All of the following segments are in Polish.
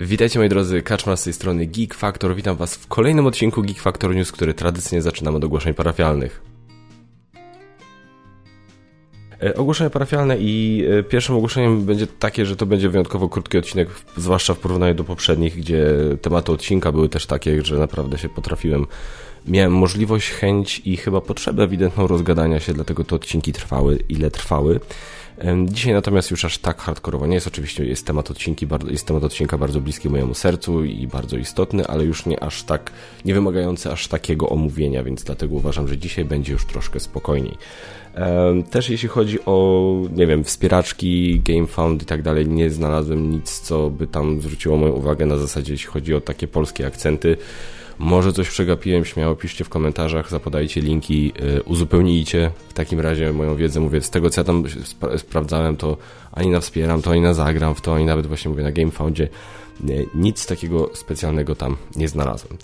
Witajcie moi drodzy, Kaczmar z tej strony Geek Factor. Witam was w kolejnym odcinku Geek Factor News, który tradycyjnie zaczynamy od ogłoszeń parafialnych. Ogłoszenia parafialne i pierwszym ogłoszeniem będzie takie, że to będzie wyjątkowo krótki odcinek, zwłaszcza w porównaniu do poprzednich, gdzie tematy odcinka były też takie, że naprawdę się potrafiłem. Miałem możliwość, chęć i chyba potrzebę ewidentną rozgadania się, dlatego te odcinki trwały, ile trwały. Dzisiaj natomiast już aż tak hardkorowo nie jest. Oczywiście jest temat odcinka bardzo bliski mojemu sercu i bardzo istotny, ale już nie aż tak, nie wymagający aż takiego omówienia, więc dlatego uważam, że dzisiaj będzie już troszkę spokojniej. Też jeśli chodzi o, nie wiem, wspieraczki, GameFound i tak dalej, nie znalazłem nic, co by tam zwróciło moją uwagę na zasadzie, jeśli chodzi o takie polskie akcenty. Może coś przegapiłem, śmiało piszcie w komentarzach, zapodajcie linki, uzupełnijcie w takim razie moją wiedzę. Mówię, z tego co ja tam sprawdzałem, to ani na Wspieram, to ani na Zagram w to, ani nawet właśnie mówię na GameFoundzie, nic takiego specjalnego tam nie znalazłem.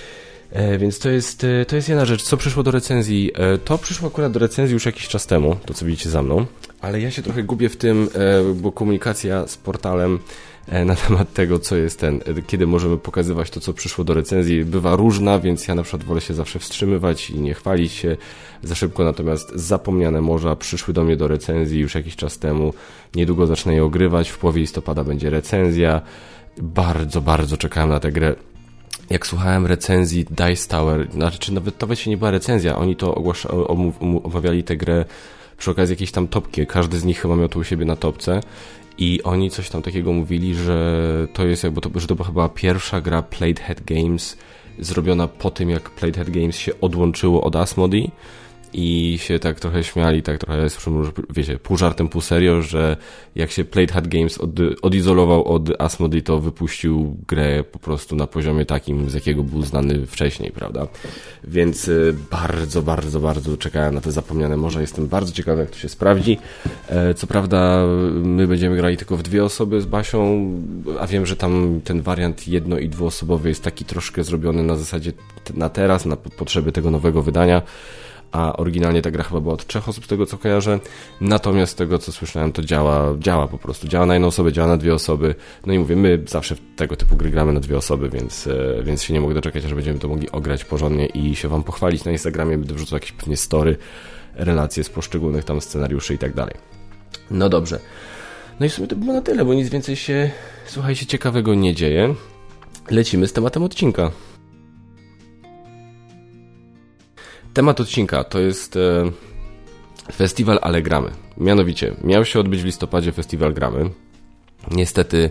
Więc to jest jedna rzecz. Co przyszło do recenzji? To przyszło akurat do recenzji już jakiś czas temu, to co widzicie za mną, ale ja się trochę gubię w tym, bo komunikacja z portalem na temat tego, co jest kiedy możemy pokazywać to, co przyszło do recenzji, bywa różna, więc ja na przykład wolę się zawsze wstrzymywać i nie chwalić się za szybko, natomiast Zapomniane Morza przyszły do mnie do recenzji już jakiś czas temu, niedługo zacznę je ogrywać, w połowie listopada będzie recenzja, bardzo czekałem na tę grę. Jak słuchałem recenzji Dice Tower, znaczy nawet to nie była recenzja, oni to omawiali tę grę przy okazji jakiejś tam topki, każdy z nich chyba miał to u siebie na topce i oni coś tam takiego mówili, że to jest że to była chyba pierwsza gra Playdead Games zrobiona po tym, jak Playdead Games się odłączyło od Asmodee i się tak trochę śmiali, tak trochę, wiecie, pół żartem, pół serio, że jak się Playdead Games odizolował od Asmodee, to wypuścił grę po prostu na poziomie takim, z jakiego był znany wcześniej, prawda? Więc bardzo czekałem na te Zapomniane Morza. Jestem bardzo ciekawy, jak to się sprawdzi. Co prawda my będziemy grali tylko w 2 osoby z Basią, a wiem, że tam ten wariant jedno- i dwuosobowy jest taki troszkę zrobiony na zasadzie na teraz, na potrzeby tego nowego wydania, a oryginalnie ta gra chyba była od 3 osób, z tego co kojarzę, natomiast z tego co słyszałem, to działa po prostu, działa na jedną osobę, działa na 2 osoby, no i mówię, my zawsze w tego typu gry gramy na 2 osoby, więc się nie mogę doczekać, że będziemy to mogli ograć porządnie i się wam pochwalić. Na Instagramie będę wrzucał jakieś pewnie story, relacje z poszczególnych tam scenariuszy i tak dalej. No dobrze, no i w sumie to było na tyle, bo nic więcej się, słuchajcie, ciekawego nie dzieje. Lecimy z tematem odcinka. Temat odcinka to jest festiwal Ale Gramy. Mianowicie, miał się odbyć w listopadzie festiwal Gramy. Niestety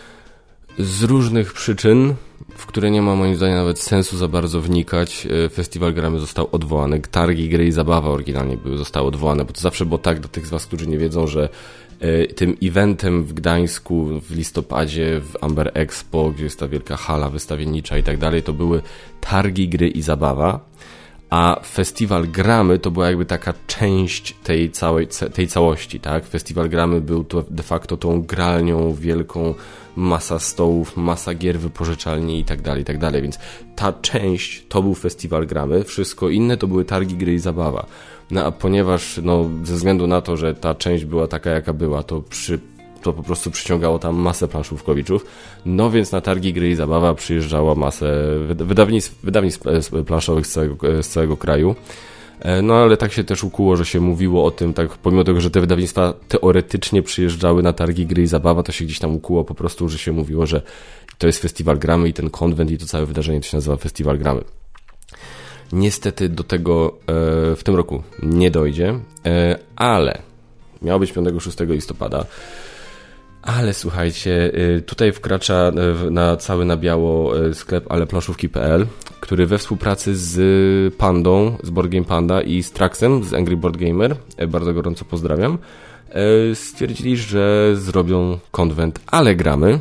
z różnych przyczyn, w które nie ma moim zdaniem nawet sensu za bardzo wnikać, festiwal Gramy został odwołany. Targi Gry i Zabawa oryginalnie zostały odwołane, bo to zawsze było tak, dla tych z was, którzy nie wiedzą, że tym eventem w Gdańsku w listopadzie w Amber Expo, gdzie jest ta wielka hala wystawiennicza i tak dalej, to były Targi Gry i Zabawa. A festiwal Gramy to była jakby taka część tej całości, tak? Festiwal Gramy był to de facto tą gralnią wielką, masa stołów, masa gier, wypożyczalni i tak dalej, więc ta część to był festiwal Gramy, wszystko inne to były Targi Gry i Zabawa. No a ponieważ, ze względu na to, że ta część była taka jaka była, to po prostu przyciągało tam masę planszówkowiczów, no więc na Targi Gry i Zabawa przyjeżdżała masę wydawnictw planszowych z całego kraju. No ale tak się też ukuło, że się mówiło o tym, tak pomimo tego, że te wydawnictwa teoretycznie przyjeżdżały na Targi Gry i Zabawa, to się gdzieś tam ukuło po prostu, że się mówiło, że to jest festiwal Gramy i ten konwent i to całe wydarzenie to się nazywa festiwal Gramy. Niestety do tego w tym roku nie dojdzie, ale miało być 5-6 listopada. Ale słuchajcie, tutaj wkracza na cały na biało sklep aleplanszówki.pl, który we współpracy z Pandą, z Board Game Panda i z Traxem, z Angry Board Gamer, bardzo gorąco pozdrawiam, stwierdzili, że zrobią konwent Ale Gramy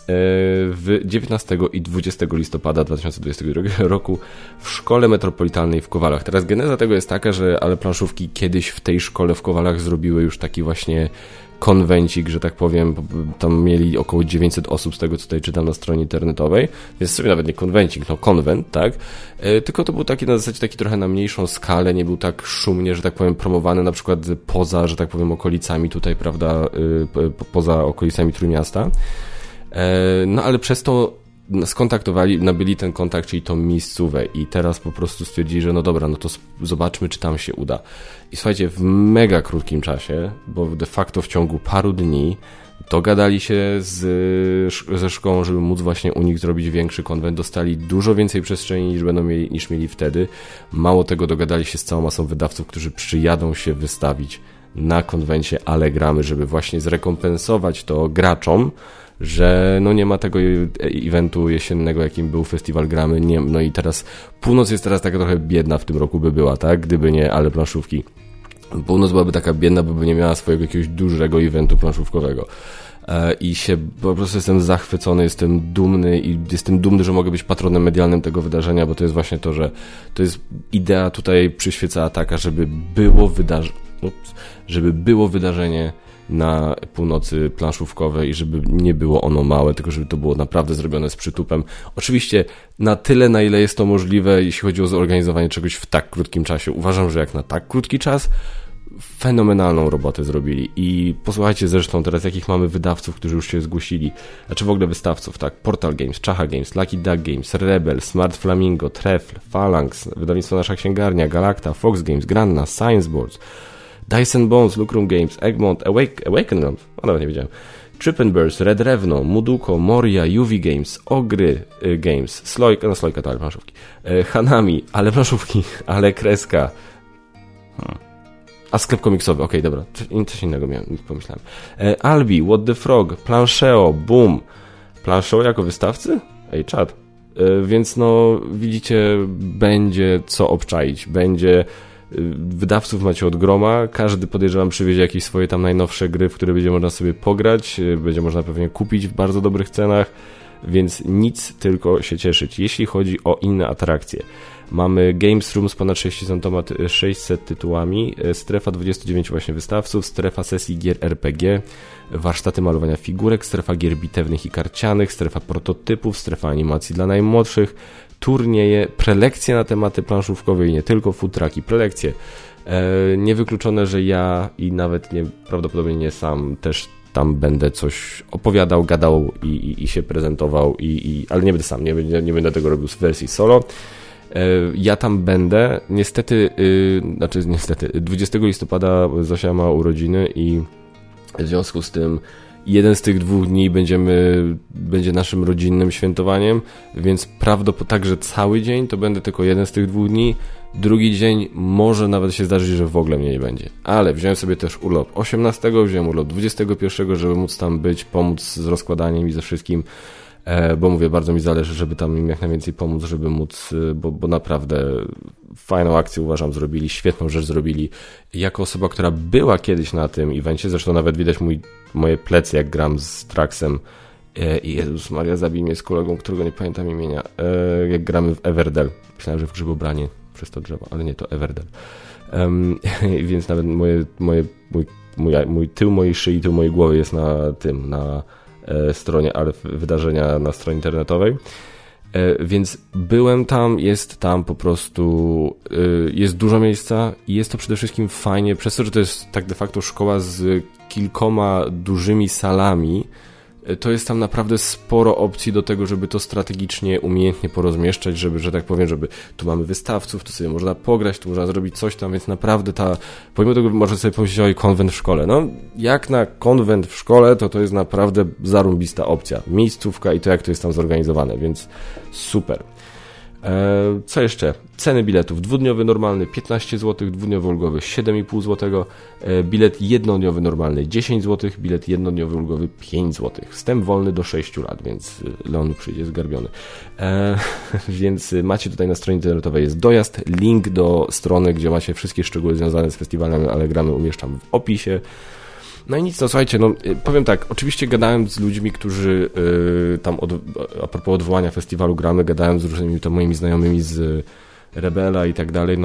w 19 i 20 listopada 2022 roku w Szkole Metropolitalnej w Kowalach. Teraz geneza tego jest taka, że Ale Planszówki kiedyś w tej szkole w Kowalach zrobiły już taki właśnie konwencik, że tak powiem, tam mieli około 900 osób z tego, co tutaj czytam na stronie internetowej, więc sobie nawet nie konwencik, konwent, tak? Tylko to był taki na zasadzie taki trochę na mniejszą skalę, nie był tak szumnie, że tak powiem, promowany na przykład poza, że tak powiem, okolicami tutaj, prawda, poza okolicami Trójmiasta. No ale przez to skontaktowali, nabyli ten kontakt, czyli tą miejscówę i teraz po prostu stwierdzili, że no dobra, no to zobaczmy, czy tam się uda. I słuchajcie, w mega krótkim czasie, bo de facto w ciągu paru dni dogadali się ze szkołą, żeby móc właśnie u nich zrobić większy konwent, dostali dużo więcej przestrzeni niż mieli wtedy. Mało tego, dogadali się z całą masą wydawców, którzy przyjadą się wystawić na konwencie Ale Gramy, żeby właśnie zrekompensować to graczom, że no nie ma tego eventu jesiennego, jakim był festiwal Gramy. Nie, no i teraz północ jest teraz taka trochę biedna w tym roku by była, tak? Gdyby nie Ale planszówki. Północ byłaby taka biedna, by nie miała swojego jakiegoś dużego eventu planszówkowego. I się po prostu jestem zachwycony, jestem dumny, że mogę być patronem medialnym tego wydarzenia, bo to jest właśnie to, że to jest idea tutaj przyświecała taka, żeby było wydarzenie na północy planszówkowej i żeby nie było ono małe, tylko żeby to było naprawdę zrobione z przytupem. Oczywiście na tyle, na ile jest to możliwe, jeśli chodzi o zorganizowanie czegoś w tak krótkim czasie. Uważam, że jak na tak krótki czas fenomenalną robotę zrobili i posłuchajcie zresztą teraz, jakich mamy wydawców, którzy już się zgłosili, znaczy w ogóle wystawców, tak, Portal Games, Czacha Games, Lucky Duck Games, Rebel, Smart Flamingo, Trefl, Phalanx, wydawnictwo Nasza Księgarnia, Galacta, Fox Games, Granna, Science Boards, Dice & Bones, Lucrum Games, Egmont, Awaken, no nawet nie wiedziałem, Trip & Burst, Red Revno, Muduko, Moria, UV Games, Ogry Games, Slojka to ale planszówki, Hanami, ale planszówki, ale kreska, a sklep komiksowy, okej, dobra, coś innego pomyślałem. Albi, What the Frog, Plancheo, Boom. Plancheo jako wystawcy? Ej, czad. Więc no, widzicie, będzie co obczaić. Będzie, wydawców macie od groma, każdy podejrzewam przywiezie jakieś swoje tam najnowsze gry, w które będzie można sobie pograć, będzie można pewnie kupić w bardzo dobrych cenach, więc nic, tylko się cieszyć. Jeśli chodzi o inne atrakcje, mamy Games Room z ponad 600 tytułami, strefa 29 właśnie wystawców, strefa sesji gier RPG, warsztaty malowania figurek, strefa gier bitewnych i karcianych, strefa prototypów, strefa animacji dla najmłodszych, turnieje, prelekcje na tematy planszówkowe i nie tylko, food trucki, prelekcje. Niewykluczone, że ja i nawet prawdopodobnie nie sam też tam będę coś opowiadał, gadał i się prezentował, ale nie będę sam, nie będę tego robił w wersji solo. Ja tam będę, niestety 20 listopada Zosia ma urodziny i w związku z tym jeden z tych 2 dni będzie naszym rodzinnym świętowaniem, więc także cały dzień to będę tylko jeden z tych 2 dni. Drugi dzień może nawet się zdarzyć, że w ogóle mnie nie będzie. Ale wziąłem sobie też urlop 18, wziąłem urlop 21, żeby móc tam być, pomóc z rozkładaniem i ze wszystkim, bo mówię, bardzo mi zależy, żeby tam im jak najwięcej pomóc, żeby móc, bo naprawdę fajną akcję uważam zrobili, świetną rzecz zrobili. Jako osoba, która była kiedyś na tym evencie, zresztą nawet widać moje plecy, jak gram z Traxem i Jezus Maria, zabij mnie z kolegą, którego nie pamiętam imienia, jak gramy w Everdell. Myślałem, że w Grzybobranie przez to drzewo, ale nie, to Everdell. Więc nawet mój tył mojej szyi, tył mojej głowy jest na stronie, ale wydarzenia na stronie internetowej. Więc byłem tam, jest tam po prostu, jest dużo miejsca i jest to przede wszystkim fajnie, przez to, że to jest tak de facto szkoła z kilkoma dużymi salami, to jest tam naprawdę sporo opcji do tego, żeby to strategicznie, umiejętnie porozmieszczać, że tak powiem, żeby tu mamy wystawców, tu sobie można pograć, tu można zrobić coś tam, więc naprawdę pomimo tego można sobie pomyśleć, oj, konwent w szkole. No, jak na konwent w szkole, to jest naprawdę zarąbista opcja. Miejscówka i to, jak to jest tam zorganizowane, więc super. Co jeszcze? Ceny biletów. 2-dniowy normalny 15 zł, 2-dniowy ulgowy 7,5 zł, bilet jednodniowy normalny 10 zł, bilet jednodniowy ulgowy 5 zł. Wstęp wolny do 6 lat, więc Leon przyjdzie zgarbiony. Więc macie tutaj na stronie internetowej jest dojazd, link do strony, gdzie macie wszystkie szczegóły związane z festiwalem, ale gramy umieszczam w opisie. No i nic, no słuchajcie, powiem tak, oczywiście gadałem z ludźmi, którzy tam a propos odwołania festiwalu gramy, gadałem z różnymi tam moimi znajomymi z Rebela i tak dalej,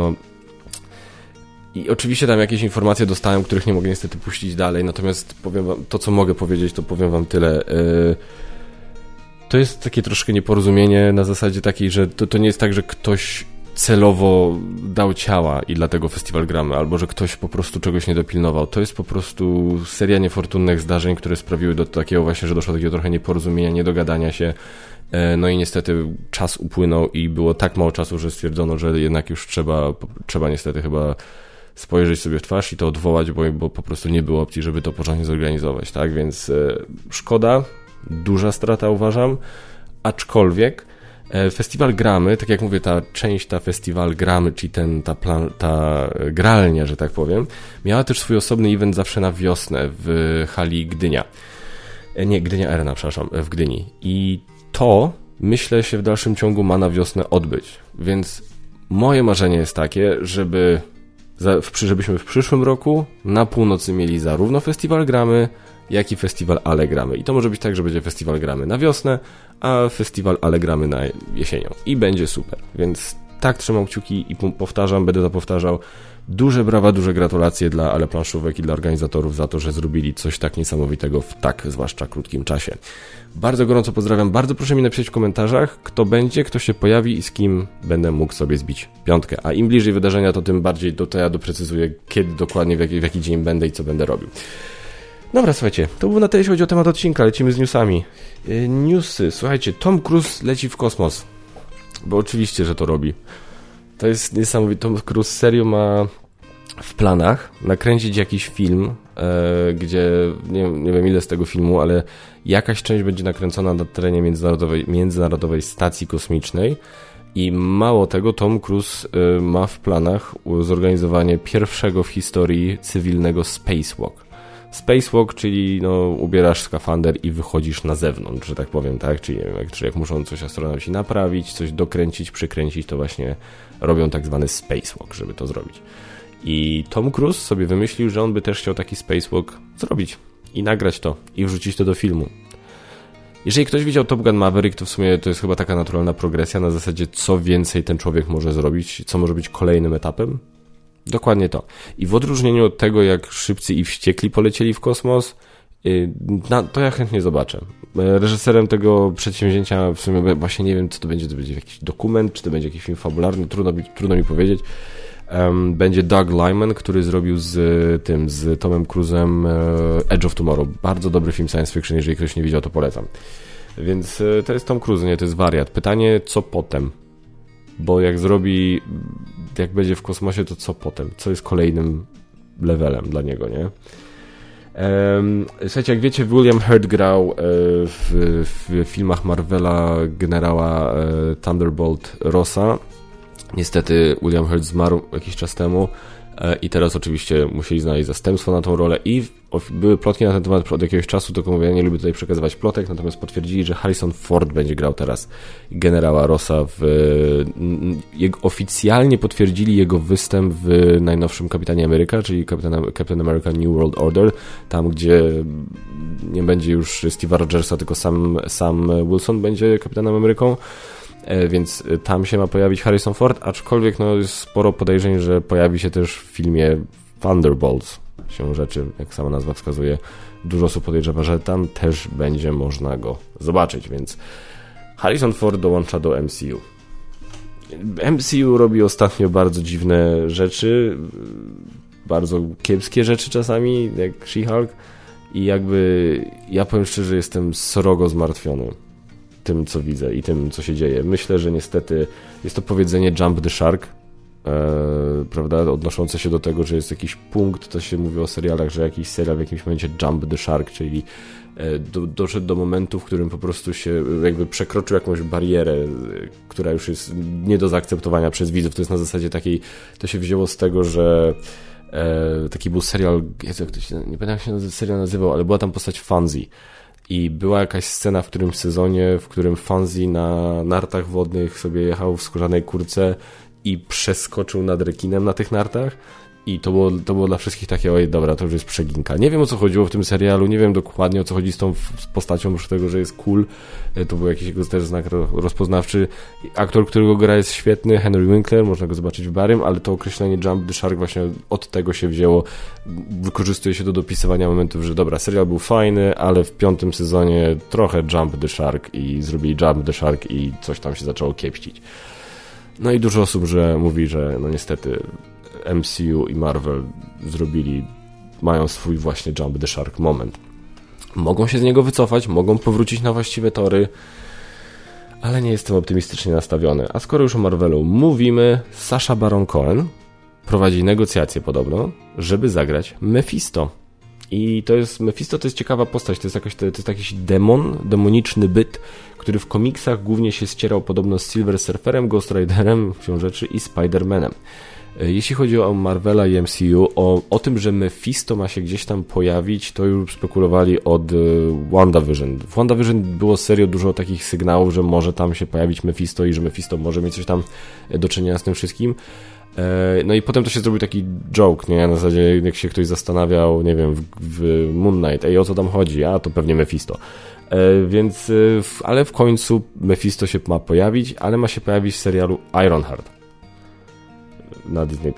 i oczywiście tam jakieś informacje dostałem, których nie mogę niestety puścić dalej, natomiast powiem wam, to co mogę powiedzieć, to powiem wam tyle. To jest takie troszkę nieporozumienie na zasadzie takiej, że to nie jest tak, że ktoś celowo dał ciała i dlatego festiwal gramy, albo że ktoś po prostu czegoś nie dopilnował. To jest po prostu seria niefortunnych zdarzeń, które sprawiły do takiego właśnie, że doszło do takiego trochę nieporozumienia, niedogadania się. No i niestety czas upłynął i było tak mało czasu, że stwierdzono, że jednak już trzeba niestety chyba spojrzeć sobie w twarz i to odwołać, bo po prostu nie było opcji, żeby to porządnie zorganizować, tak? Więc szkoda, duża strata uważam, aczkolwiek festiwal gramy, tak jak mówię, ta festiwal gramy, czyli ta gralnia, że tak powiem, miała też swój osobny event zawsze na wiosnę w hali Gdynia. Nie, Gdynia Arena, przepraszam, w Gdyni. I to, myślę, się w dalszym ciągu ma na wiosnę odbyć. Więc moje marzenie jest takie, żebyśmy w przyszłym roku na północy mieli zarówno festiwal gramy, jak i festiwal Ale gramy. I to może być tak, że będzie festiwal gramy na wiosnę, a festiwal Ale gramy na jesienią. I będzie super. Więc tak trzymam kciuki i powtarzam, będę to powtarzał. Duże brawa, duże gratulacje dla Ale Planszówek i dla organizatorów za to, że zrobili coś tak niesamowitego w tak zwłaszcza krótkim czasie. Bardzo gorąco pozdrawiam, bardzo proszę mi napisać w komentarzach, kto będzie, kto się pojawi i z kim będę mógł sobie zbić piątkę. A im bliżej wydarzenia, to tym bardziej to ja doprecyzuję, kiedy dokładnie, w jaki dzień będę i co będę robił. Dobra, słuchajcie, to było na tyle, jeśli chodzi o temat odcinka, lecimy z newsami. Newsy, słuchajcie, Tom Cruise leci w kosmos, bo oczywiście, że to robi. To jest niesamowite, Tom Cruise serio ma w planach nakręcić jakiś film, gdzie, nie wiem ile z tego filmu, ale jakaś część będzie nakręcona na terenie międzynarodowej stacji kosmicznej i mało tego, Tom Cruise ma w planach zorganizowanie pierwszego w historii cywilnego spacewalk. Spacewalk, czyli ubierasz skafander i wychodzisz na zewnątrz, że tak powiem, tak? Czyli nie wiem, jak muszą coś astronauci naprawić, coś dokręcić, przykręcić, to właśnie robią tak zwany spacewalk, żeby to zrobić. I Tom Cruise sobie wymyślił, że on by też chciał taki spacewalk zrobić i nagrać to i wrzucić to do filmu. Jeżeli ktoś widział Top Gun Maverick, to w sumie to jest chyba taka naturalna progresja na zasadzie, co więcej ten człowiek może zrobić, co może być kolejnym etapem. Dokładnie to. I w odróżnieniu od tego, jak Szybcy i Wściekli polecieli w kosmos, to ja chętnie zobaczę. Reżyserem tego przedsięwzięcia w sumie właśnie nie wiem, co to będzie jakiś dokument, czy to będzie jakiś film fabularny, trudno mi powiedzieć. Będzie Doug Liman, który zrobił z Tomem Cruise'em Edge of Tomorrow. Bardzo dobry film science fiction, jeżeli ktoś nie widział, to polecam. Więc to jest Tom Cruise, nie, to jest wariat. Pytanie, co potem? Bo jak będzie w kosmosie, to co potem? Co jest kolejnym levelem dla niego, nie? Słuchajcie, jak wiecie, William Hurt grał w filmach Marvela generała Thunderbolt Rossa. Niestety William Hurt zmarł jakiś czas temu i teraz oczywiście musieli znaleźć zastępstwo na tą rolę i były plotki na ten temat od jakiegoś czasu, tylko mówię, ja nie lubię tutaj przekazywać plotek, natomiast potwierdzili, że Harrison Ford będzie grał teraz generała Rossa oficjalnie potwierdzili jego występ w najnowszym Kapitanie Ameryka, czyli Captain America New World Order, tam gdzie nie będzie już Steve'a Rogersa, tylko sam Wilson będzie Kapitanem Ameryką. Więc tam się ma pojawić Harrison Ford, aczkolwiek jest sporo podejrzeń, że pojawi się też w filmie Thunderbolts, się rzeczy, jak sama nazwa wskazuje. Dużo osób podejrzewa, że tam też będzie można go zobaczyć, więc Harrison Ford dołącza do MCU. MCU robi ostatnio bardzo dziwne rzeczy, bardzo kiepskie rzeczy czasami, jak She-Hulk i ja powiem szczerze, jestem srogo zmartwiony tym, co widzę i tym, co się dzieje. Myślę, że niestety jest to powiedzenie jump the shark, prawda, odnoszące się do tego, że jest jakiś punkt, to się mówi o serialach, że jakiś serial w jakimś momencie jump the shark, czyli doszedł do momentu, w którym po prostu się jakby przekroczył jakąś barierę, która już jest nie do zaakceptowania przez widzów. To jest na zasadzie takiej, to się wzięło z tego, że taki był serial, nie pamiętam jak się serial nazywał, ale była tam postać Fonzie. I była jakaś scena w którymś sezonie, w którym Fonzie na nartach wodnych sobie jechał w skórzanej kurtce i przeskoczył nad rekinem na tych nartach. I to było dla wszystkich takie, oj, dobra, to już jest przeginka. Nie wiem, o co chodziło w tym serialu, nie wiem dokładnie, o co chodzi z tą postacią, oprócz tego, że jest cool. To był jakiś jego też znak rozpoznawczy. Aktor, którego gra, jest świetny, Henry Winkler, można go zobaczyć w Barrym, ale to określenie Jump the Shark właśnie od tego się wzięło. Wykorzystuje się do dopisywania momentów, że dobra, serial był fajny, ale w 5. sezonie trochę Jump the Shark i zrobili Jump the Shark i coś tam się zaczęło kiepścić. No i dużo osób mówi, że no niestety MCU i Marvel mają swój właśnie Jump the Shark moment. Mogą się z niego wycofać, mogą powrócić na właściwe tory, ale nie jestem optymistycznie nastawiony. A skoro już o Marvelu mówimy, Sacha Baron Cohen prowadzi negocjacje podobno, żeby zagrać Mephisto. I Mephisto to jest ciekawa postać, to jest jakiś demoniczny byt, który w komiksach głównie się ścierał podobno z Silver Surferem, Ghost Riderem, siłą rzeczy i Spider-Manem. Jeśli chodzi o Marvela i MCU, o tym, że Mephisto ma się gdzieś tam pojawić, to już spekulowali od WandaVision. W WandaVision było serio dużo takich sygnałów, że może tam się pojawić Mephisto i że Mephisto może mieć coś tam do czynienia z tym wszystkim. No i potem to się zrobił taki joke, nie? Na zasadzie jak się ktoś zastanawiał, nie wiem, w Moon Knight, o co tam chodzi? A to pewnie Mephisto. Ale w końcu Mephisto się ma pojawić, ale ma się pojawić w serialu Ironheart na Disney+.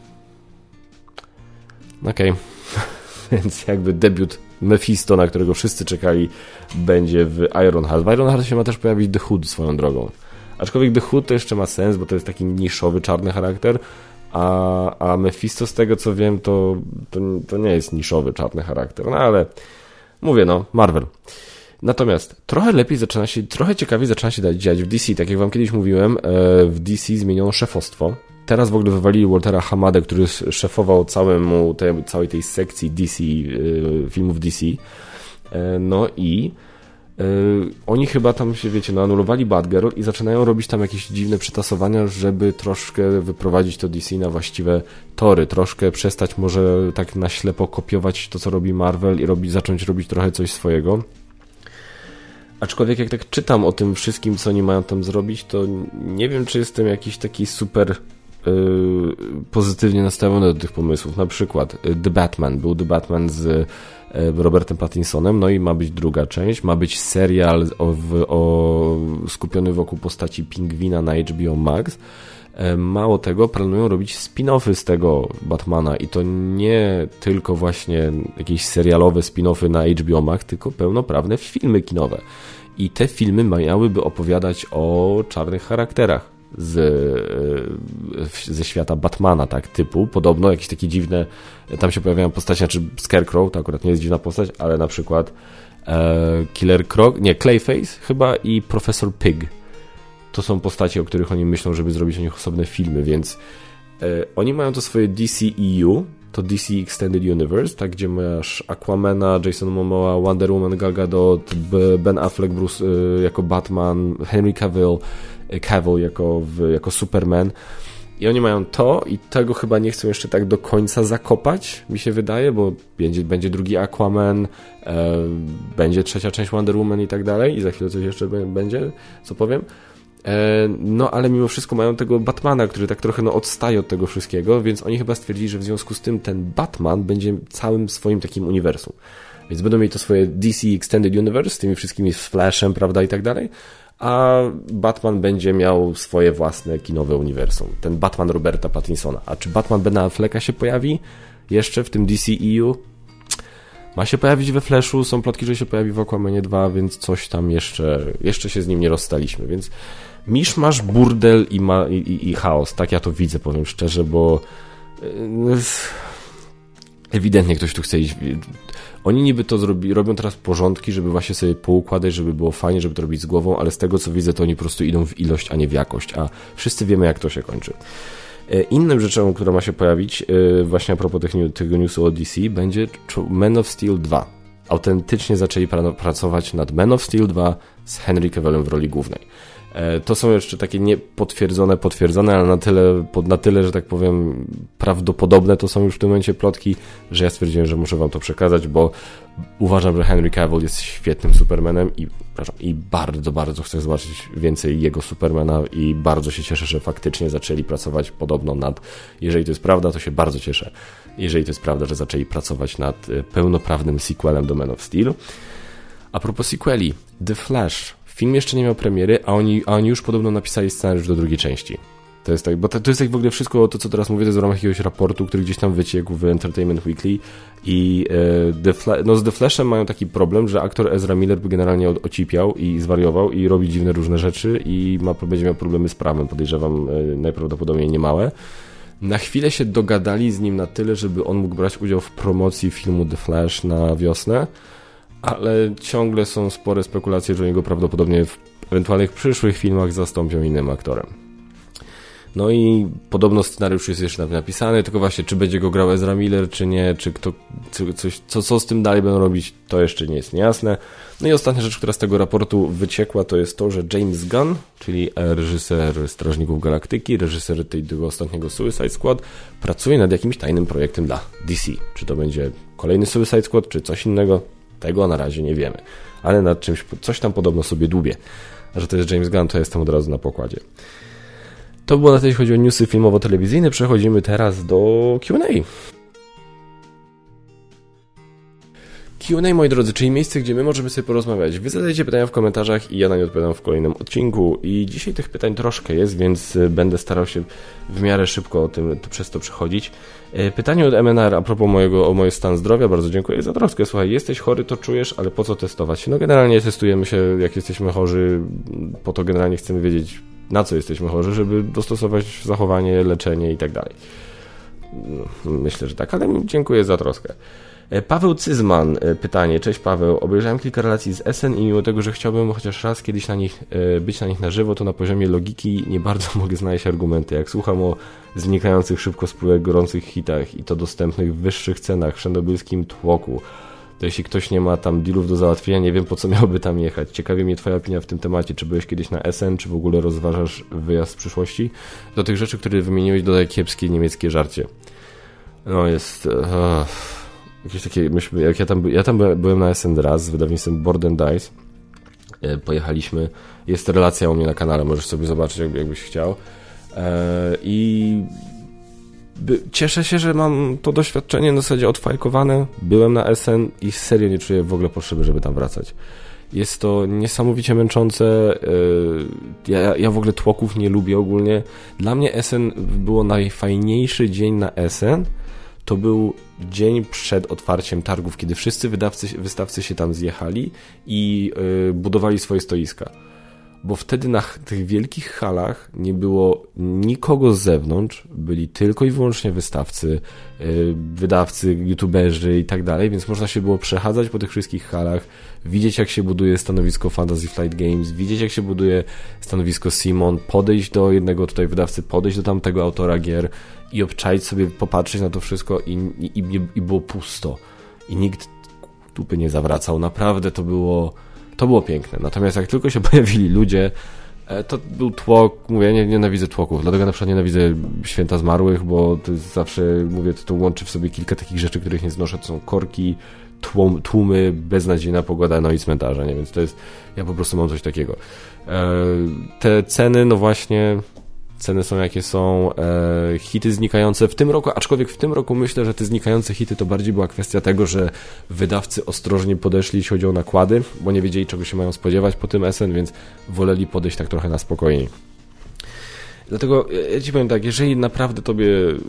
Okej. Więc jakby debiut Mephisto, na którego wszyscy czekali, będzie w Ironheart. W Ironheart się ma też pojawić The Hood swoją drogą. Aczkolwiek The Hood to jeszcze ma sens, bo to jest taki niszowy, czarny charakter, a Mephisto, z tego co wiem, to nie jest niszowy, czarny charakter. No ale mówię, Marvel. Natomiast trochę ciekawiej zaczyna się dziać w DC. Tak jak wam kiedyś mówiłem, w DC zmieniono szefostwo. Teraz w ogóle wywalili Waltera Hamadę, który szefował całej tej sekcji DC, filmów DC. No i oni chyba tam się, anulowali Batgirl i zaczynają robić tam jakieś dziwne przetasowania, żeby troszkę wyprowadzić to DC na właściwe tory, troszkę przestać może tak na ślepo kopiować to, co robi Marvel i zacząć robić trochę coś swojego. Aczkolwiek jak tak czytam o tym wszystkim, co oni mają tam zrobić, to nie wiem, czy jestem jakiś taki super pozytywnie nastawiony do tych pomysłów. Na przykład The Batman. Był The Batman z Robertem Pattinsonem, no i ma być druga część. Ma być serial skupiony wokół postaci Pingwina na HBO Max. Mało tego, planują robić spin-offy z tego Batmana i to nie tylko właśnie jakieś serialowe spin-offy na HBO Max, tylko pełnoprawne filmy kinowe. I te filmy miałyby opowiadać o czarnych charakterach ze świata Batmana, tak, typu, podobno jakieś takie dziwne, tam się pojawiają postacie, znaczy Scarecrow, to akurat nie jest dziwna postać, ale na przykład Clayface chyba i Professor Pig. To są postacie, o których oni myślą, żeby zrobić o nich osobne filmy, więc oni mają to swoje DCEU, to DC Extended Universe, tak, gdzie masz Aquamana, Jason Momoa, Wonder Woman, Gal Gadot, Ben Affleck, Bruce jako Batman, Henry Cavill jako Superman. I oni mają to i tego chyba nie chcą jeszcze tak do końca zakopać, mi się wydaje, bo będzie drugi Aquaman, będzie trzecia część Wonder Woman i tak dalej i za chwilę coś jeszcze będzie, co powiem. No ale mimo wszystko mają tego Batmana, który tak trochę odstaje od tego wszystkiego, więc oni chyba stwierdzili, że w związku z tym ten Batman będzie całym swoim takim uniwersum. Więc będą mieli to swoje DC Extended Universe z tymi wszystkimi z Flashem, prawda, i tak dalej, a Batman będzie miał swoje własne kinowe uniwersum. Ten Batman Roberta Pattinsona. A czy Batman Bena Afflecka się pojawi jeszcze w tym DCEU? Ma się pojawić we Flashu, są plotki, że się pojawi w Aquamanie 2, więc coś tam jeszcze się z nim nie rozstaliśmy, więc miszmasz, burdel i chaos. Tak ja to widzę, powiem szczerze, bo ewidentnie ktoś tu chce iść. Oni niby to robią teraz porządki, żeby właśnie sobie poukładać, żeby było fajnie, żeby to robić z głową, ale z tego co widzę, to oni po prostu idą w ilość, a nie w jakość, a wszyscy wiemy, jak to się kończy. Innym rzeczą, która ma się pojawić właśnie a propos tego newsu o DC, będzie Man of Steel 2. Autentycznie zaczęli pracować nad Man of Steel 2 z Henry Cavillem w roli głównej. To są jeszcze takie niepotwierdzone, ale na tyle, że tak powiem, prawdopodobne to są już w tym momencie plotki, że ja stwierdziłem, że muszę wam to przekazać, bo uważam, że Henry Cavill jest świetnym Supermanem i bardzo, bardzo chcę zobaczyć więcej jego Supermana i bardzo się cieszę, że faktycznie zaczęli pracować podobno jeżeli to jest prawda, to się bardzo cieszę, jeżeli to jest prawda, że zaczęli pracować nad pełnoprawnym sequelem do Man of Steel. A propos sequeli, The Flash. Film jeszcze nie miał premiery, a oni już podobno napisali scenariusz do drugiej części. To jest tak, bo to jest tak w ogóle wszystko, to co teraz mówię, to jest w ramach jakiegoś raportu, który gdzieś tam wyciekł w Entertainment Weekly i z The Flashem mają taki problem, że aktor Ezra Miller by generalnie ocipiał i zwariował i robi dziwne różne rzeczy i będzie miał problemy z prawem, podejrzewam najprawdopodobniej niemałe. Na chwilę się dogadali z nim na tyle, żeby on mógł brać udział w promocji filmu The Flash na wiosnę, ale ciągle są spore spekulacje, że jego prawdopodobnie w ewentualnych przyszłych filmach zastąpią innym aktorem. No i podobno scenariusz jest jeszcze napisany, tylko właśnie czy będzie go grał Ezra Miller, czy nie, czy kto, co z tym dalej będą robić, to jeszcze nie jest niejasne. No i ostatnia rzecz, która z tego raportu wyciekła, to jest to, że James Gunn, czyli reżyser Strażników Galaktyki, reżyser tego ostatniego Suicide Squad, pracuje nad jakimś tajnym projektem dla DC. Czy to będzie kolejny Suicide Squad, czy coś innego, tego na razie nie wiemy. Ale nad czymś, coś tam podobno sobie dłubie. A że to jest James Gunn, to jestem od razu na pokładzie. To było na tyle, jeśli chodzi o newsy filmowo-telewizyjne. Przechodzimy teraz do Q&A. Q&A, moi drodzy, czyli miejsce, gdzie my możemy sobie porozmawiać. Wy zadajcie pytania w komentarzach i ja na nie odpowiadam w kolejnym odcinku. I dzisiaj tych pytań troszkę jest, więc będę starał się w miarę szybko przez to przechodzić. Pytanie od MNR a propos o mój stan zdrowia. Bardzo dziękuję za troskę. Słuchaj, jesteś chory, to czujesz, ale po co testować się? No generalnie testujemy się, jak jesteśmy chorzy, po to generalnie chcemy wiedzieć, na co jesteśmy chorzy, żeby dostosować zachowanie, leczenie i tak dalej. Myślę, że tak, ale dziękuję za troskę. Paweł Cyzman, pytanie. Cześć Paweł, obejrzałem kilka relacji z SN i mimo tego, że chciałbym chociaż raz kiedyś być na nich na żywo, to na poziomie logiki nie bardzo mogę znaleźć argumenty. Jak słucham o znikających szybko spółek gorących hitach i to dostępnych w wyższych cenach w szendobylskim tłoku, to jeśli ktoś nie ma tam dealów do załatwienia, nie wiem po co miałby tam jechać. Ciekawi mnie twoja opinia w tym temacie. Czy byłeś kiedyś na SN, czy w ogóle rozważasz wyjazd w przyszłości? Do tych rzeczy, które wymieniłeś, dodaj kiepskie niemieckie żarcie. No jest... jakieś takie, jak ja tam byłem na SN raz z wydawnictwem Board & Dice. Pojechaliśmy. Jest relacja u mnie na kanale, możesz sobie zobaczyć, jakbyś chciał. I... Cieszę się, że mam to doświadczenie na zasadzie odfajkowane. Byłem na SN i serio nie czuję w ogóle potrzeby, żeby tam wracać. Jest to niesamowicie męczące. Ja w ogóle tłoków nie lubię ogólnie. Dla mnie SN było najfajniejszy dzień na SN. To był dzień przed otwarciem targów, kiedy wszyscy wystawcy się tam zjechali i budowali swoje stoiska. Bo wtedy na tych wielkich halach nie było nikogo z zewnątrz, byli tylko i wyłącznie wydawcy, youtuberzy i tak dalej, więc można się było przechadzać po tych wszystkich halach, widzieć jak się buduje stanowisko Fantasy Flight Games, widzieć jak się buduje stanowisko Simon, podejść do jednego tutaj wydawcy, podejść do tamtego autora gier i obczaić sobie, popatrzeć na to wszystko i było pusto. I nikt dupy nie zawracał. Naprawdę to było piękne. Natomiast jak tylko się pojawili ludzie, to był tłok, mówię, ja nienawidzę tłoków, dlatego na przykład nienawidzę Święta Zmarłych, bo to jest zawsze, mówię, to łączy w sobie kilka takich rzeczy, których nie znoszę, to są korki, tłumy, beznadziejna pogoda, no i cmentarze, nie? Więc to jest, ja po prostu mam coś takiego. Te ceny, no właśnie... Ceny są jakie są, hity znikające w tym roku, aczkolwiek w tym roku myślę, że te znikające hity to bardziej była kwestia tego, że wydawcy ostrożnie podeszli, jeśli chodzi o nakłady, bo nie wiedzieli czego się mają spodziewać po tym SN, więc woleli podejść tak trochę na spokojniej. Dlatego ja ci powiem tak, jeżeli naprawdę tobie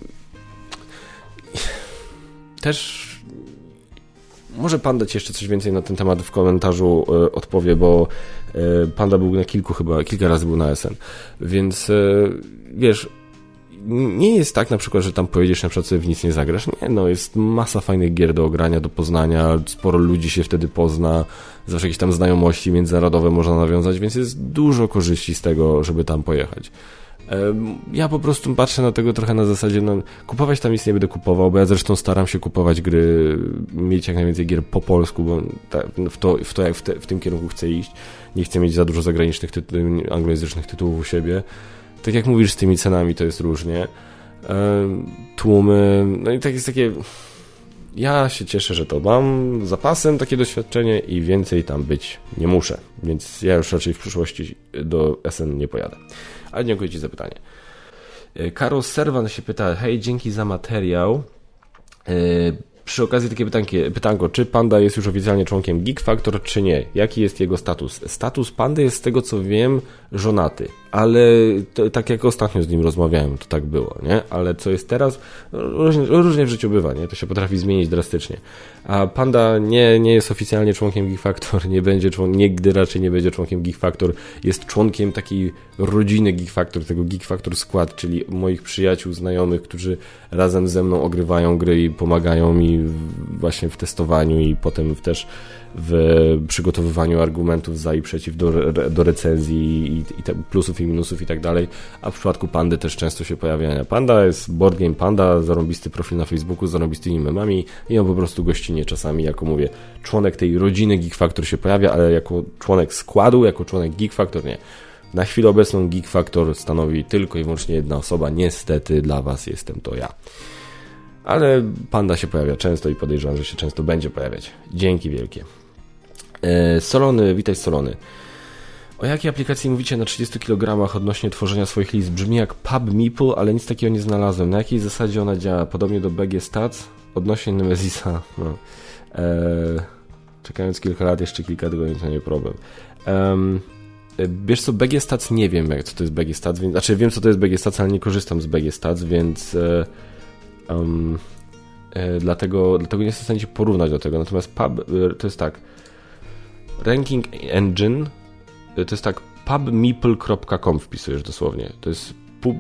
też może Panda ci jeszcze coś więcej na ten temat w komentarzu odpowie, bo Panda był na kilka razy był na SN, więc wiesz, nie jest tak na przykład, że tam pojedziesz na przykład sobie w nic nie zagrasz, nie, no jest masa fajnych gier do ogrania, do poznania, sporo ludzi się wtedy pozna, zawsze jakieś tam znajomości międzynarodowe można nawiązać, więc jest dużo korzyści z tego, żeby tam pojechać. Ja po prostu patrzę na tego trochę na zasadzie, no, kupować tam nic nie będę kupował, bo ja zresztą staram się kupować gry, mieć jak najwięcej gier po polsku, bo w tym kierunku chcę iść. Nie chcę mieć za dużo zagranicznych anglojęzycznych tytułów u siebie. Tak jak mówisz, z tymi cenami to jest różnie. Tłumy, no i tak jest takie... Ja się cieszę, że to mam zapasem takie doświadczenie i więcej tam być nie muszę, więc ja już raczej w przyszłości do SN nie pojadę. Ale dziękuję ci za pytanie. Karol Serwan się pyta, hej, dzięki za materiał. Przy okazji takie pytanko, czy Panda jest już oficjalnie członkiem Geek Factor, czy nie? Jaki jest jego status? Status Pandy jest z tego, co wiem, żonaty. Ale to, tak jak ostatnio z nim rozmawiałem, to tak było, nie? Ale co jest teraz? Różnie w życiu bywa, nie? To się potrafi zmienić drastycznie. A Panda nie jest oficjalnie członkiem Geek Factor, nie będzie nigdy raczej nie będzie członkiem Geek Factor. Jest członkiem takiej rodziny Geek Factor, tego Geek Factor Squad, czyli moich przyjaciół, znajomych, którzy razem ze mną ogrywają gry i pomagają mi właśnie w testowaniu i potem też w przygotowywaniu argumentów za i przeciw do recenzji i plusów i minusów i tak dalej, a w przypadku Pandy też często się pojawia. Panda jest Board Game Panda, zarąbisty profil na Facebooku z zarąbistymi memami i on po prostu gościnnie czasami, jako mówię, członek tej rodziny Geek Factor się pojawia, ale jako członek składu, jako członek Geek Factor nie. Na chwilę obecną Geek Factor stanowi tylko i wyłącznie jedna osoba, niestety dla Was jestem to ja. Ale Panda się pojawia często i podejrzewam, że się często będzie pojawiać. Dzięki wielkie. Solony, witaj Solony. O jakiej aplikacji mówicie na 30 kg odnośnie tworzenia swoich list? Brzmi jak PubMeeple, ale nic takiego nie znalazłem. Na jakiej zasadzie ona działa? Podobnie do BG Stats? Odnośnie Nemezisa. No. Czekając kilka lat, jeszcze kilka tygodni, to nie problem. Wiesz co, BG Stats nie wiem, co to jest BG Stats, więc, znaczy wiem, co to jest BG Stats, ale nie korzystam z BG Stats, więc dlatego nie jestem w stanie się porównać do tego. Natomiast to jest tak, Ranking Engine to jest tak, pubmeeple.com wpisujesz dosłownie. To jest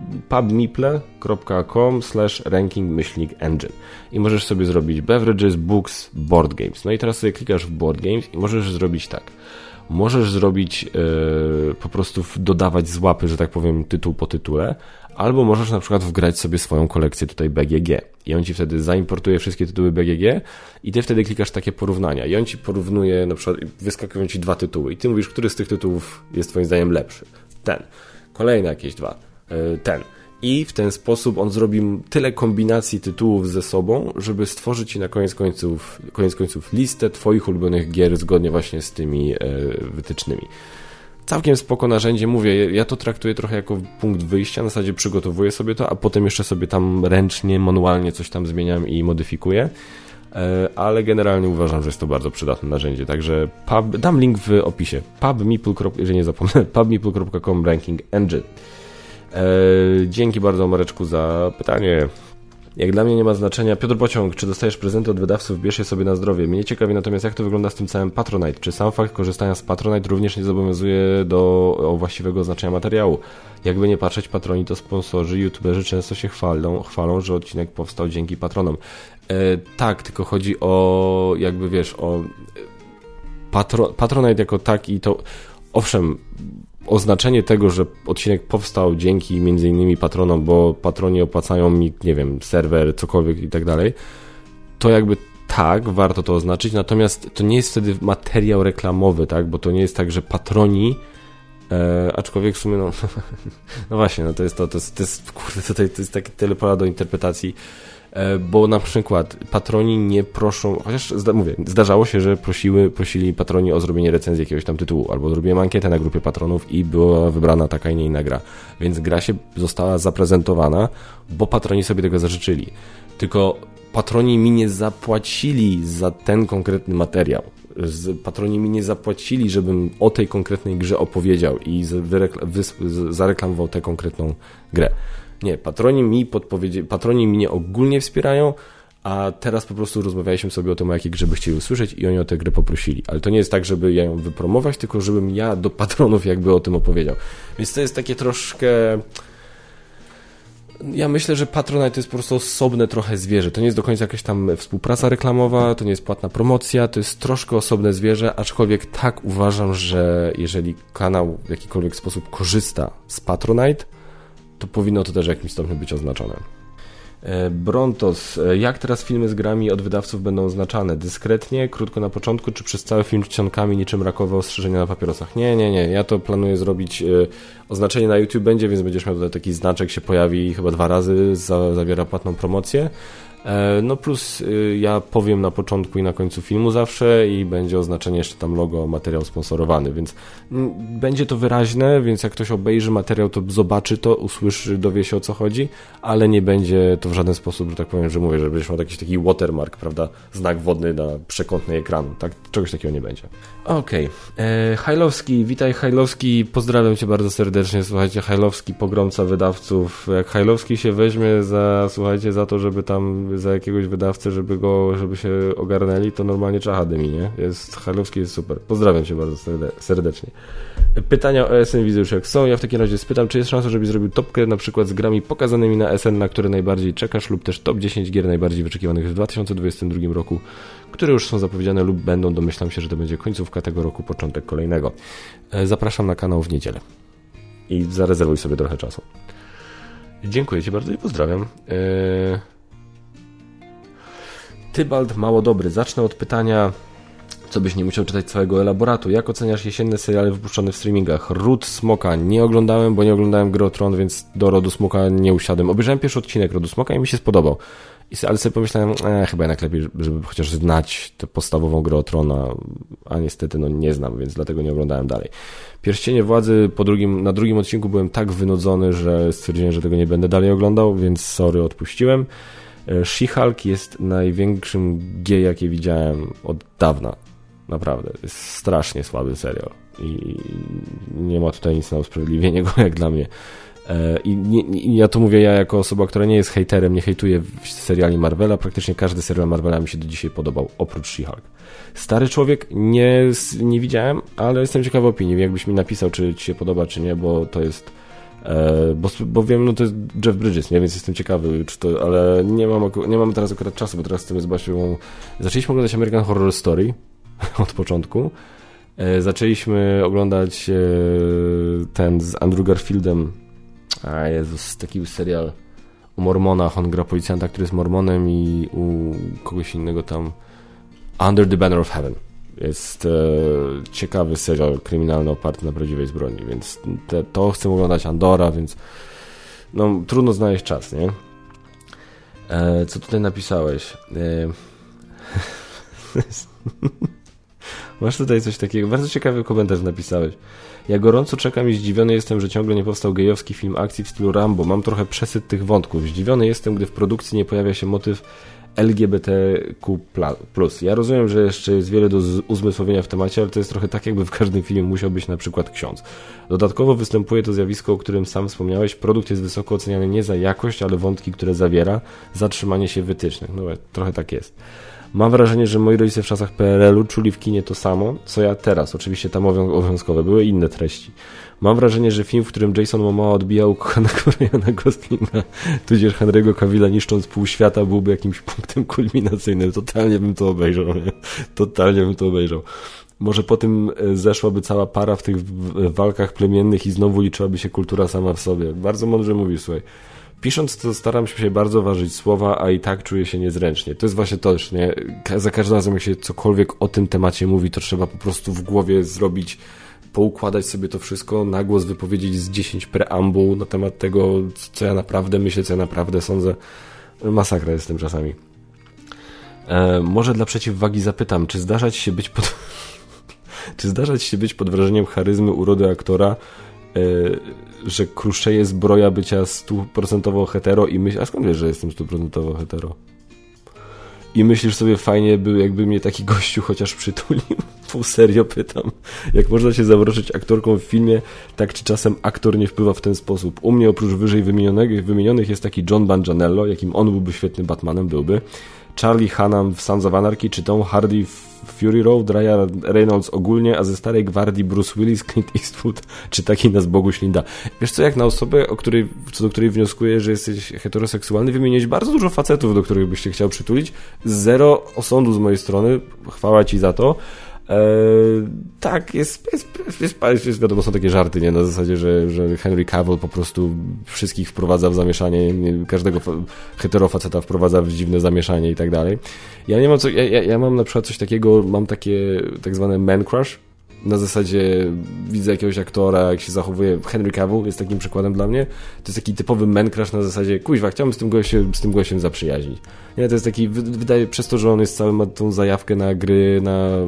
pubmeeple.com/ranking-engine i możesz sobie zrobić beverages, books, board games. No i teraz sobie klikasz w board games i możesz zrobić tak. Możesz zrobić po prostu dodawać z łapy, że tak powiem, tytuł po tytule, albo możesz na przykład wgrać sobie swoją kolekcję tutaj BGG i on ci wtedy zaimportuje wszystkie tytuły BGG i ty wtedy klikasz takie porównania i on ci porównuje, na przykład wyskakują ci dwa tytuły i ty mówisz, który z tych tytułów jest twoim zdaniem lepszy. Ten. Kolejne jakieś dwa. Ten. I w ten sposób on zrobi tyle kombinacji tytułów ze sobą, żeby stworzyć ci na koniec końców listę twoich ulubionych gier zgodnie właśnie z tymi wytycznymi. Całkiem spoko narzędzie, mówię, ja to traktuję trochę jako punkt wyjścia, na zasadzie przygotowuję sobie to, a potem jeszcze sobie tam ręcznie, manualnie coś tam zmieniam i modyfikuję, ale generalnie uważam, że jest to bardzo przydatne narzędzie, także dam link w opisie, jeżeli nie zapomnę, pubmeeple.com ranking engine. Dzięki bardzo Mareczku za pytanie. Jak dla mnie nie ma znaczenia. Piotr Pociąg, czy dostajesz prezenty od wydawców? Bierz je sobie na zdrowie. Mnie ciekawi natomiast, jak to wygląda z tym całym Patronite. Czy sam fakt korzystania z Patronite również nie zobowiązuje do właściwego oznaczenia materiału? Jakby nie patrzeć, patroni to sponsorzy, youtuberzy często się chwalą, że odcinek powstał dzięki patronom. Tak, tylko chodzi o, jakby wiesz, o Patronite jako tak i to, owszem, oznaczenie tego, że odcinek powstał dzięki między innymi patronom, bo patroni opłacają mi, nie wiem, serwer, cokolwiek i tak dalej, to jakby tak, warto to oznaczyć, natomiast to nie jest wtedy materiał reklamowy, tak, bo to nie jest tak, że patroni, aczkolwiek w sumie, no, no właśnie, no to jest, kurde, tutaj to jest takie tyle pola do interpretacji, bo na przykład patroni nie proszą, chociaż mówię, zdarzało się, że prosili patroni o zrobienie recenzji jakiegoś tam tytułu, albo zrobiłem ankietę na grupie patronów i była wybrana taka, nie inna gra, więc gra się została zaprezentowana, bo patroni sobie tego zażyczyli, tylko patroni mi nie zapłacili za ten konkretny materiał, patroni mi nie zapłacili, żebym o tej konkretnej grze opowiedział i zareklamował tę konkretną grę. Nie, patroni mnie ogólnie wspierają, a teraz po prostu rozmawialiśmy sobie o tym, o jakiej grze by chcieli usłyszeć i oni o tę grę poprosili. Ale to nie jest tak, żeby ja ją wypromować, tylko żebym ja do patronów jakby o tym opowiedział. Więc to jest takie troszkę... Ja myślę, że Patronite to jest po prostu osobne trochę zwierzę. To nie jest do końca jakaś tam współpraca reklamowa, to nie jest płatna promocja, to jest troszkę osobne zwierzę, aczkolwiek tak uważam, że jeżeli kanał w jakikolwiek sposób korzysta z Patronite, to powinno to też w jakimś stopniu być oznaczone. Brontos, jak teraz filmy z grami od wydawców będą oznaczane? Dyskretnie, krótko na początku, czy przez cały film czcionkami niczym rakowe ostrzeżenia na papierosach? Nie. Ja to planuję zrobić. Oznaczenie na YouTube będzie, więc będziesz miał tutaj taki znaczek, się pojawi chyba 2 razy, zawiera płatną promocję. No plus ja powiem na początku i na końcu filmu zawsze i będzie oznaczenie jeszcze tam logo, materiał sponsorowany, więc będzie to wyraźne, więc jak ktoś obejrzy materiał, to zobaczy to, usłyszy, dowie się o co chodzi, ale nie będzie to w żaden sposób, że tak powiem, że mówię, że będziesz miał jakiś taki watermark, prawda, znak wodny na przekątnej ekranu, tak? Czegoś takiego nie będzie. Okej. Hajlowski, witaj Hajlowski, pozdrawiam Cię bardzo serdecznie, słuchajcie, Hajlowski, pogromca wydawców, jak Hajlowski się weźmie słuchajcie, za to, żeby tam za jakiegoś wydawcę, żeby się ogarnęli, to normalnie czacha dymi, nie? Hajlowski jest super. Pozdrawiam Cię bardzo serdecznie. Pytania o SN widzę już jak są. Ja w takim razie spytam, czy jest szansa, żebyś zrobił topkę na przykład z grami pokazanymi na SN, na które najbardziej czekasz, lub też top 10 gier najbardziej wyczekiwanych w 2022 roku, które już są zapowiedziane lub będą. Domyślam się, że to będzie końcówka tego roku, początek kolejnego. Zapraszam na kanał w niedzielę. I zarezerwuj sobie trochę czasu. Dziękuję Ci bardzo i pozdrawiam. Tybalt Mało Dobry. Zacznę od pytania, co byś nie musiał czytać całego elaboratu. Jak oceniasz jesienne seriale wypuszczone w streamingach? Ród Smoka nie oglądałem, bo nie oglądałem Gry o Tron, więc do Rodu Smoka nie usiadłem. Obejrzałem pierwszy odcinek Rodu Smoka i mi się spodobał. Ale sobie pomyślałem, chyba jednak lepiej, żeby chociaż znać tę podstawową Grę o Trona, a niestety nie znam, więc dlatego nie oglądałem dalej. Pierścienie Władzy na drugim odcinku byłem tak wynudzony, że stwierdziłem, że tego nie będę dalej oglądał, więc sorry, odpuściłem. She-Hulk jest największym G, jakie widziałem od dawna. Naprawdę. Jest strasznie słaby serial. I nie ma tutaj nic na usprawiedliwienie go, jak dla mnie. I ja to mówię jako osoba, która nie jest hejterem, nie hejtuje seriali Marvela. Praktycznie każdy serial Marvela mi się do dzisiaj podobał, oprócz She-Hulk. Stary Człowiek nie widziałem, ale jestem ciekawy opinii. Jakbyś mi napisał, czy ci się podoba, czy nie, bo to jest... Bo wiem, to jest Jeff Bridges, nie? Więc jestem ciekawy, czy to, ale nie mam teraz akurat czasu, bo teraz chcemy z Basią... Zaczęliśmy oglądać American Horror Story od początku. Zaczęliśmy oglądać ten z Andrew Garfieldem. Jezus, taki serial o Mormonach. On gra policjanta, który jest Mormonem, i u kogoś innego tam Under the Banner of Heaven. Jest ciekawy serial kryminalny oparty na prawdziwej zbrodni, więc to chcę oglądać. Andora, więc trudno znaleźć czas, nie? Co tutaj napisałeś? Masz tutaj coś takiego, bardzo ciekawy komentarz napisałeś. Ja gorąco czekam i zdziwiony jestem, że ciągle nie powstał gejowski film akcji w stylu Rambo. Mam trochę przesyt tych wątków. Zdziwiony jestem, gdy w produkcji nie pojawia się motyw LGBTQ+. Ja rozumiem, że jeszcze jest wiele do uzmysłowienia w temacie, ale to jest trochę tak, jakby w każdym filmie musiał być na przykład ksiądz. Dodatkowo występuje to zjawisko, o którym sam wspomniałeś. Produkt jest wysoko oceniany nie za jakość, ale wątki, które zawiera, za trzymanie się wytycznych. Trochę tak jest. Mam wrażenie, że moi rodzice w czasach PRL-u czuli w kinie to samo, co ja teraz. Oczywiście tam obowiązkowe były inne treści. Mam wrażenie, że film, w którym Jason Momoa odbijał ukochanego Ryana Goslinga, tudzież Henry'ego Cavilla niszcząc pół świata, byłby jakimś punktem kulminacyjnym. Totalnie bym to obejrzał. Nie? Totalnie bym to obejrzał. Może po tym zeszłaby cała para w tych walkach plemiennych i znowu liczyłaby się kultura sama w sobie. Bardzo mądrze mówisz, słuchaj. Pisząc to staram się bardzo ważyć słowa, a i tak czuję się niezręcznie. To jest właśnie to, nie? Za każdym razem, jak się cokolwiek o tym temacie mówi, to trzeba po prostu w głowie zrobić, poukładać sobie to wszystko, na głos wypowiedzieć z 10 preambuł na temat tego, co ja naprawdę myślę, co ja naprawdę sądzę. Masakra jest z tym czasami. Może dla przeciwwagi zapytam, czy zdarza ci się być pod wrażeniem charyzmy, urody aktora, że kruszeje zbroja bycia 100% hetero i myślisz, a skąd wiesz, że jestem 100% hetero? I myślisz sobie, fajnie by, jakby mnie taki gościu chociaż przytulił? Pół serio pytam. Jak można się zawrócić aktorką w filmie, tak czy czasem aktor nie wpływa w ten sposób? U mnie oprócz wyżej wymienionych jest taki John Manganiello, jakim on byłby świetnym Batmanem, byłby. Charlie Hunnam w Sons of Anarchy, czy Tom Hardy w Fury Road, Ryan Reynolds ogólnie, a ze starej gwardii Bruce Willis, Clint Eastwood, czy taki nas Boguś Linda. Wiesz co, jak na osobę, co do której wnioskuję, że jesteś heteroseksualny, wymieniłeś bardzo dużo facetów, do których byś się chciał przytulić. Zero osądu z mojej strony, chwała ci za to. Tak, jest wiadomo, są takie żarty, nie? Na zasadzie, że Henry Cavill po prostu wszystkich wprowadza w zamieszanie, każdego heterofaceta wprowadza w dziwne zamieszanie i tak dalej. Ja nie mam ja mam na przykład coś takiego, mam takie tak zwane man crush, na zasadzie widzę jakiegoś aktora, jak się zachowuje. Henry Cavill jest takim przykładem dla mnie. To jest taki typowy man crush na zasadzie, kuźwa, chciałbym z tym gościem zaprzyjaźnić. Nie, to jest taki, wydaje, przez to, że on jest cały, ma tą zajawkę na gry,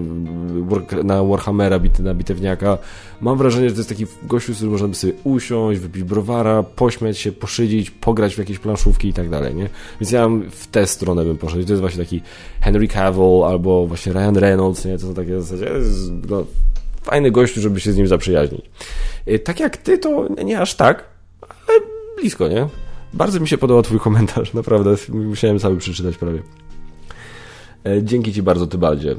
na Warhammera, na bitewniaka. Mam wrażenie, że to jest taki gościu, z którym można by sobie usiąść, wypić browara, pośmiać się, poszydzić, pograć w jakieś planszówki i tak dalej, nie? Więc ja w tę stronę bym poszedł. To jest właśnie taki Henry Cavill albo właśnie Ryan Reynolds, nie? To są takie w zasadzie, no, fajny gościu, żeby się z nim zaprzyjaźnić. Tak jak ty, to nie aż tak, ale blisko, nie? Bardzo mi się podobał twój komentarz, naprawdę. Musiałem cały przeczytać prawie. Dzięki ci bardzo, Tybaldzie.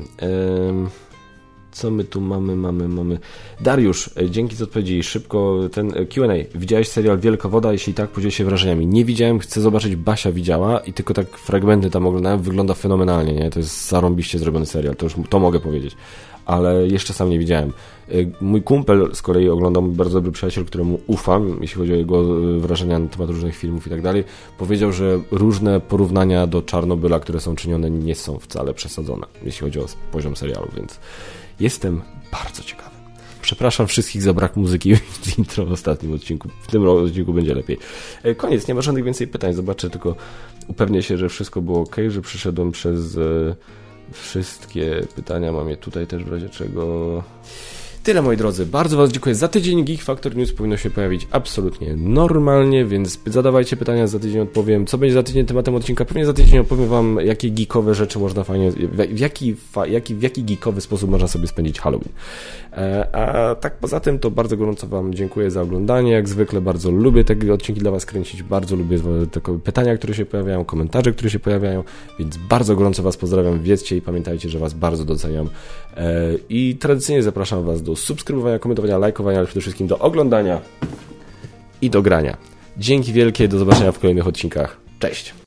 Co my tu mamy? Dariusz, dzięki za odpowiedzi. Szybko ten Q&A. Widziałeś serial Wielka Woda? Jeśli tak, podziel się wrażeniami. Nie widziałem, chcę zobaczyć. Basia widziała i tylko tak fragmenty tam oglądałem. Wygląda fenomenalnie, nie? To jest zarąbiście zrobiony serial, to mogę powiedzieć. Ale jeszcze sam nie widziałem. Mój kumpel z kolei oglądał, mój bardzo dobry przyjaciel, któremu ufam, jeśli chodzi o jego wrażenia na temat różnych filmów i tak dalej, powiedział, że różne porównania do Czarnobyla, które są czynione, nie są wcale przesadzone, jeśli chodzi o poziom serialu, więc jestem bardzo ciekawy. Przepraszam wszystkich za brak muzyki w intro w ostatnim odcinku. W tym odcinku będzie lepiej. Koniec, nie ma żadnych więcej pytań. Zobaczę, tylko upewnię się, że wszystko było ok, że przyszedłem przez wszystkie pytania. Mam je tutaj też w razie czego. Tyle, moi drodzy. Bardzo was dziękuję. Za tydzień Geek Factor News powinno się pojawić absolutnie normalnie, więc zadawajcie pytania, za tydzień odpowiem. Co będzie za tydzień tematem odcinka? Pewnie za tydzień opowiem wam, jakie geekowe rzeczy można fajnie, w jaki geekowy sposób można sobie spędzić Halloween. A tak poza tym, to bardzo gorąco wam dziękuję za oglądanie. Jak zwykle bardzo lubię te odcinki dla was kręcić. Bardzo lubię te pytania, które się pojawiają, komentarze, które się pojawiają, więc bardzo gorąco was pozdrawiam. Wiedzcie i pamiętajcie, że was bardzo doceniam. I tradycyjnie zapraszam was do subskrybowania, komentowania, lajkowania, ale przede wszystkim do oglądania i do grania. Dzięki wielkie, do zobaczenia w kolejnych odcinkach. Cześć!